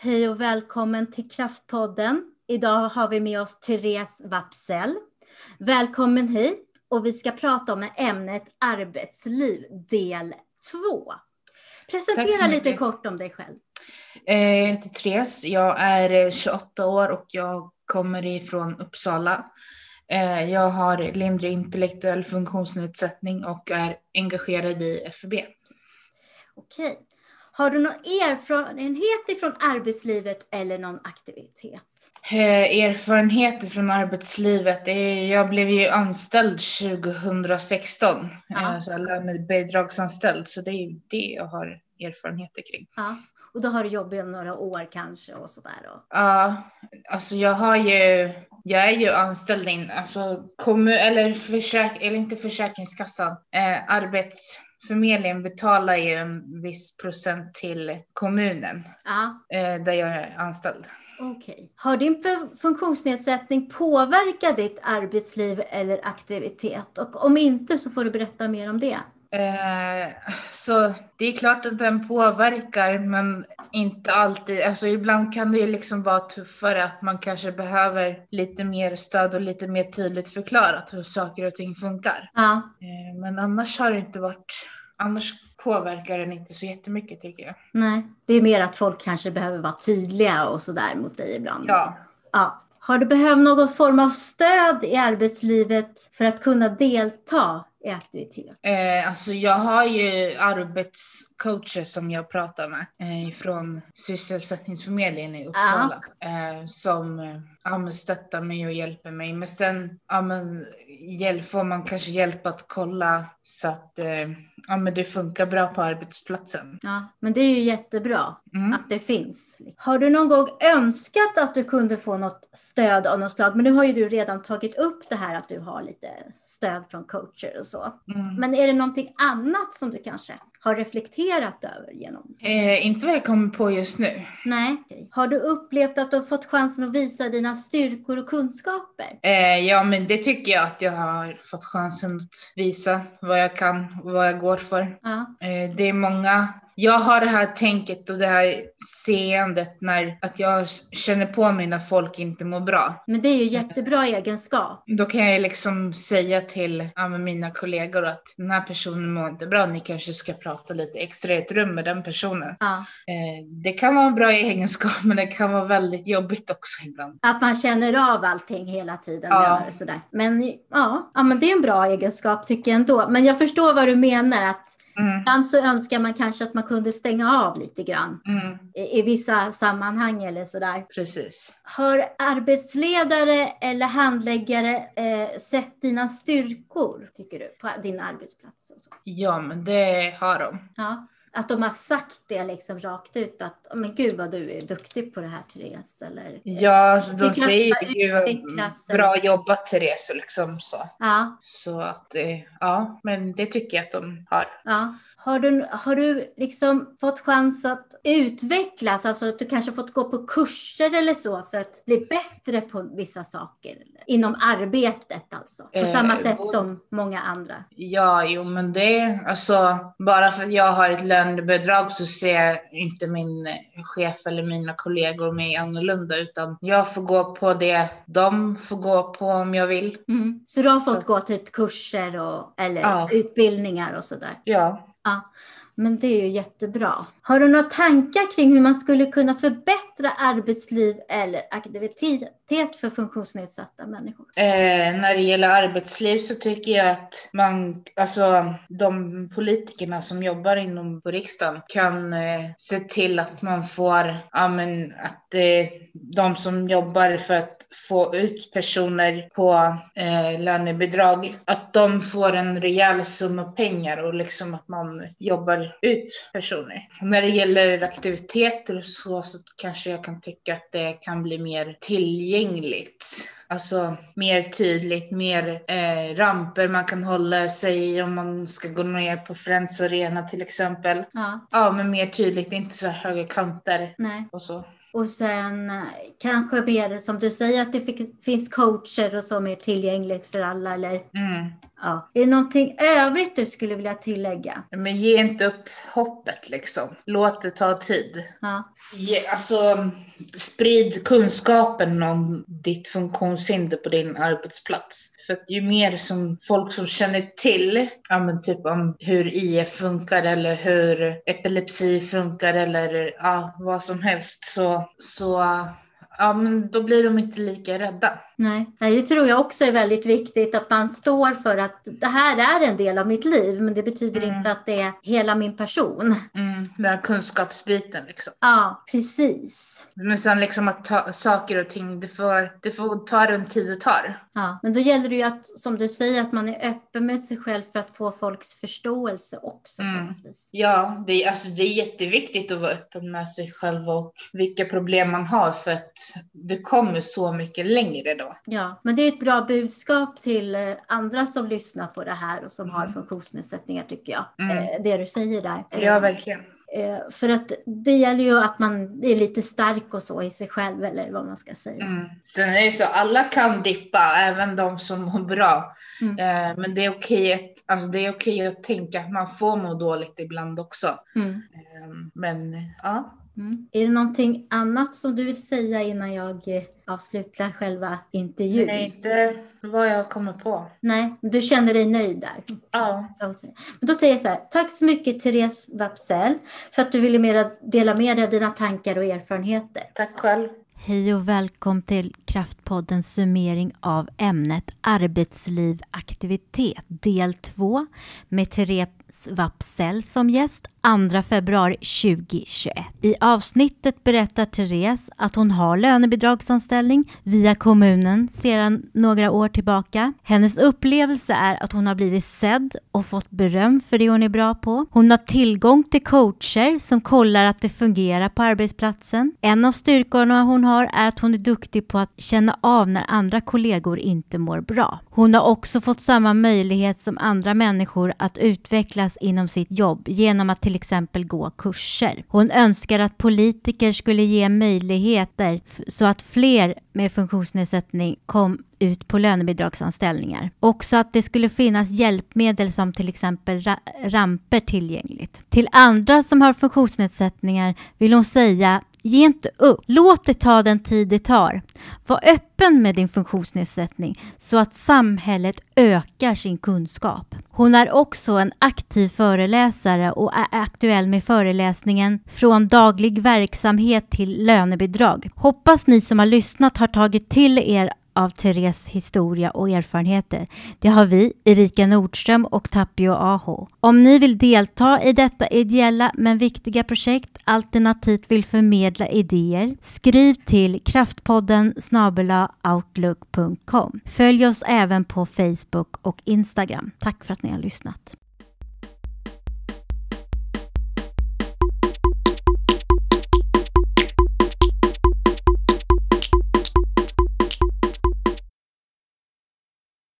Hej och välkommen till Kraftpodden. Idag har vi med oss Therese Wartzell. Välkommen hit och vi ska prata om ämnet arbetsliv del 2. Presentera lite kort om dig själv. Jag heter Therese, jag är 28 år och jag kommer ifrån Uppsala. Jag har lindrig intellektuell funktionsnedsättning och är engagerad i FUB. Okej. Har du någon erfarenhet från arbetslivet eller någon aktivitet? Erfarenheter från arbetslivet. Jag blev ju anställd 2016. Så lönebidragsanställd. Så det är ju det jag har erfarenheter kring. Ja, och då har du jobbat några år kanske och sådär då? Ja, alltså jag är ju anställd in, alltså inte Försäkringskassan. Arbetsförmedlingen betalar ju en viss procent till kommunen där jag är anställd. Okej. Har din funktionsnedsättning påverkat ditt arbetsliv eller aktivitet? Och om inte så får du berätta mer om det. Så det är klart att den påverkar, men inte alltid. Alltså ibland kan det ju liksom vara tuffare att man kanske behöver lite mer stöd och lite mer tydligt förklarat hur saker och ting funkar. Ja. Men annars har det inte varit, annars påverkar den inte så jättemycket tycker jag. Nej, det är mer att folk kanske behöver vara tydliga och sådär mot dig ibland. Ja. Har du behövt någon form av stöd i arbetslivet för att kunna delta i aktivitet? Alltså jag har ju arbetscoacher som jag pratar med från sysselsättningsförmedlingen i Uppsala som stöttar mig och hjälper mig. Men sen får man kanske hjälp att kolla så att det funkar bra på arbetsplatsen. Ja, men det är ju jättebra att det finns. Har du någon gång önskat att du kunde få något stöd av något slag? Men nu har ju du redan tagit upp det här att du har lite stöd från coacher och så. Men är det någonting annat som du kanske har reflekterat över genom? Inte vad jag kommer på just nu. Nej. Har du upplevt att du har fått chansen att visa dina styrkor och kunskaper? Ja, men det tycker jag att jag har fått chansen att visa vad jag kan och vad jag går för. Ja. Det är många. Jag har det här tänket och det här seendet att jag känner på mig när folk inte mår bra. Men det är ju jättebra egenskap. Då kan jag liksom säga till mina kollegor att den här personen mår inte bra. Ni kanske ska prata lite extra i ett rum med den personen. Ja. Det kan vara en bra egenskap, men det kan vara väldigt jobbigt också ibland. Att man känner av allting hela tiden. Sådär. Men det är en bra egenskap tycker jag ändå. Men jag förstår vad du menar att ibland så önskar man kanske att man kunde stänga av lite grann i vissa sammanhang eller sådär. Precis. Har arbetsledare eller handläggare sett dina styrkor, tycker du, på din arbetsplats? Och så? Ja, men det har de. Ja, att de har sagt det liksom rakt ut att men gud vad du är duktig på det här, Therese. Eller, ja, alltså, de säger ju bra jobbat Therese och liksom så. Ja. Så att, men det tycker jag att de har. Ja. Har du liksom fått chans att utvecklas? Alltså att du kanske fått gå på kurser eller så för att bli bättre på vissa saker? Eller? Inom arbetet alltså. På samma sätt som många andra. Ja, men det alltså bara för att jag har ett lönebidrag så ser inte min chef eller mina kollegor mig annorlunda. Utan jag får gå på det de får gå på om jag vill. Så du har fått gå typ kurser eller utbildningar och sådär? Ja. Ja, men det är ju jättebra. Har du några tankar kring hur man skulle kunna förbättra arbetsliv eller aktivitet för funktionsnedsatta människor? När det gäller arbetsliv så tycker jag att de politikerna som jobbar på riksdagen kan se till att man får, de som jobbar för att få ut personer på lönebidrag, att de får en rejäl summa pengar och liksom att man jobbar ut personer. När det gäller aktiviteter så kanske jag kan tycka att det kan bli mer tillgängligt. Alltså mer tydligt, mer ramper man kan hålla sig i om man ska gå ner på Friends Arena till exempel. Ja, men mer tydligt, inte så höga kanter. Nej. Och så. Och sen kanske mer som du säger att det finns coacher och så mer tillgängligt för alla eller Ja. Är det någonting övrigt du skulle vilja tillägga? Men ge inte upp hoppet liksom. Låt det ta tid. Ja. Sprid kunskapen om ditt funktionshinder på din arbetsplats. För att ju mer som folk som känner till, typ om hur IF funkar eller hur epilepsi funkar eller vad som helst, men då blir de inte lika rädda. Nej, det tror jag också är väldigt viktigt, att man står för att det här är en del av mitt liv, men det betyder inte att det är hela min person. Den här kunskapsbiten liksom. Ja, precis. Men sen liksom att ta saker och ting, det får ta den tid det tar. Ja, men då gäller det ju att, som du säger, att man är öppen med sig själv för att få folks förståelse också. Ja, det är jätteviktigt att vara öppen med sig själv och vilka problem man har, för att det kommer så mycket längre då. Ja, men det är ett bra budskap till andra som lyssnar på det här och som har funktionsnedsättningar, tycker jag. Det du säger där. Ja, verkligen. För att det gäller ju att man är lite stark och så i sig själv, eller vad man ska säga. Sen är det så, alla kan dippa, även de som mår bra. Men det är okej att tänka att man får må dåligt ibland också. Men ja. Är det någonting annat som du vill säga innan jag avslutar själva intervjun? Nej, inte vad jag kommer på. Nej, du känner dig nöjd där? Ja. Men då säger jag så här: tack så mycket Therese Wapsell för att du ville dela med dig av dina tankar och erfarenheter. Tack själv. Hej och välkommen till Kraftpoddens summering av ämnet arbetsliv, aktivitet, del 2 med Therese Wapsell som gäst 2 februari 2021. I avsnittet berättar Therese att hon har lönebidragsanställning via kommunen sedan några år tillbaka. Hennes upplevelse är att hon har blivit sedd och fått beröm för det hon är bra på. Hon har tillgång till coacher som kollar att det fungerar på arbetsplatsen. En av styrkorna hon har är att hon är duktig på att känna av när andra kollegor inte mår bra. Hon har också fått samma möjlighet som andra människor att utvecklas inom sitt jobb genom att till exempel gå kurser. Hon önskar att politiker skulle ge möjligheter så att fler med funktionsnedsättning kom ut på lönebidragsanställningar. Också att det skulle finnas hjälpmedel som till exempel ramper tillgängligt. Till andra som har funktionsnedsättningar vill hon säga: ge inte upp. Låt det ta den tid det tar. Var öppen med din funktionsnedsättning så att samhället ökar sin kunskap. Hon är också en aktiv föreläsare och är aktuell med föreläsningen Från daglig verksamhet till lönebidrag. Hoppas ni som har lyssnat har tagit till er av Therese historia och erfarenheter. Det har vi, Erika Nordström och Tapio Aho. Om ni vill delta i detta ideella men viktiga projekt, alternativt vill förmedla idéer, skriv till kraftpodden@outlook.com. Följ oss även på Facebook och Instagram. Tack för att ni har lyssnat.